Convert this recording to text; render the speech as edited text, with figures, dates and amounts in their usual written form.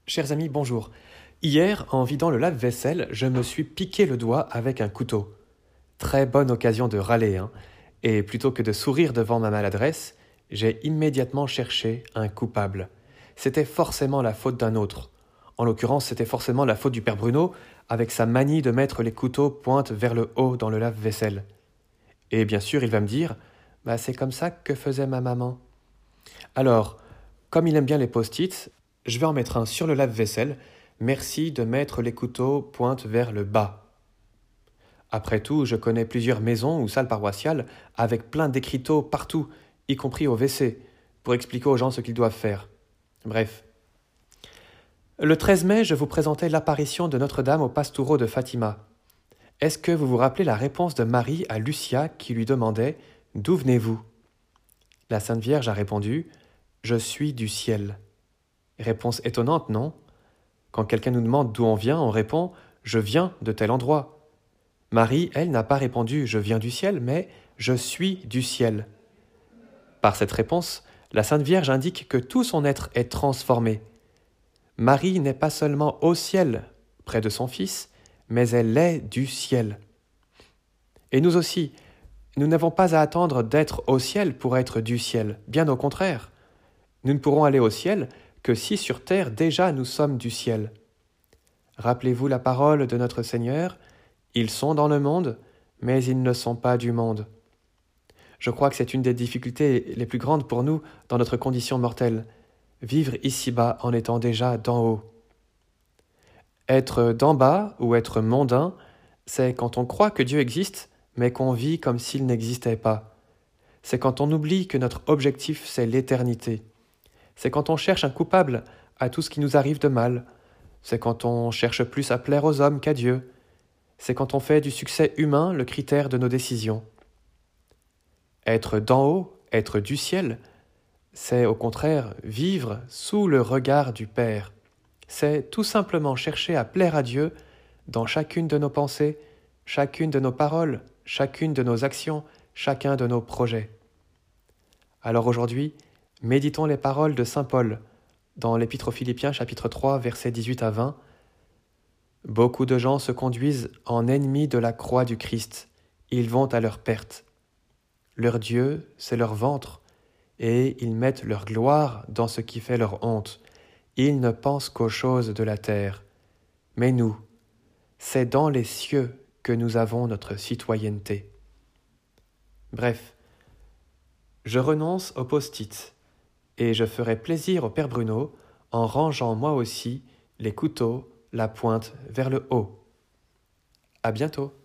Chers amis, bonjour. Hier, en vidant le lave-vaisselle, je me suis piqué le doigt avec un couteau. Très bonne occasion de râler, hein. Et plutôt que de sourire devant ma maladresse, j'ai immédiatement cherché un coupable. C'était forcément la faute d'un autre. En l'occurrence, c'était forcément la faute du père Bruno, avec sa manie de mettre les couteaux pointe vers le haut dans le lave-vaisselle. Et bien sûr, il va me dire, c'est comme ça que faisait ma maman. Alors, comme il aime bien les post-it, je vais en mettre un sur le lave-vaisselle. Merci de mettre les couteaux pointe vers le bas. Après tout, je connais plusieurs maisons ou salles paroissiales avec plein d'écriteaux partout, y compris au WC, pour expliquer aux gens ce qu'ils doivent faire. Bref. Le 13 mai, je vous présentais l'apparition de Notre-Dame au Pastoureau de Fatima. Est-ce que vous vous rappelez la réponse de Marie à Lucia qui lui demandait « D'où venez-vous » La Sainte Vierge a répondu « Je suis du ciel ». Réponse étonnante, non? Quand quelqu'un nous demande d'où on vient, on répond « Je viens de tel endroit ». Marie, elle, n'a pas répondu « Je viens du ciel », mais « Je suis du ciel ». Par cette réponse, la Sainte Vierge indique que tout son être est transformé. Marie n'est pas seulement au ciel, près de son Fils, mais elle est du ciel. Et nous aussi, nous n'avons pas à attendre d'être au ciel pour être du ciel, bien au contraire. Nous ne pourrons aller au ciel que si sur terre déjà nous sommes du ciel. Rappelez-vous la parole de notre Seigneur, « Ils sont dans le monde, mais ils ne sont pas du monde ». Je crois que c'est une des difficultés les plus grandes pour nous dans notre condition mortelle, vivre ici-bas en étant déjà d'en haut. Être d'en bas ou être mondain, c'est quand on croit que Dieu existe, mais qu'on vit comme s'il n'existait pas. C'est quand on oublie que notre objectif, c'est l'éternité. C'est quand on cherche un coupable à tout ce qui nous arrive de mal. C'est quand on cherche plus à plaire aux hommes qu'à Dieu. C'est quand on fait du succès humain le critère de nos décisions. Être d'en haut, être du ciel, c'est au contraire vivre sous le regard du Père. C'est tout simplement chercher à plaire à Dieu dans chacune de nos pensées, chacune de nos paroles, chacune de nos actions, chacun de nos projets. Alors aujourd'hui, méditons les paroles de saint Paul dans l'Épître aux Philippiens chapitre 3 versets 18 à 20. Beaucoup de gens se conduisent en ennemis de la croix du Christ. Ils vont à leur perte. Leur Dieu, c'est leur ventre, et ils mettent leur gloire dans ce qui fait leur honte. Ils ne pensent qu'aux choses de la terre. Mais nous, c'est dans les cieux que nous avons notre citoyenneté. Bref, je renonce au post-it, et je ferai plaisir au Père Bruno en rangeant moi aussi les couteaux, la pointe vers le haut. À bientôt.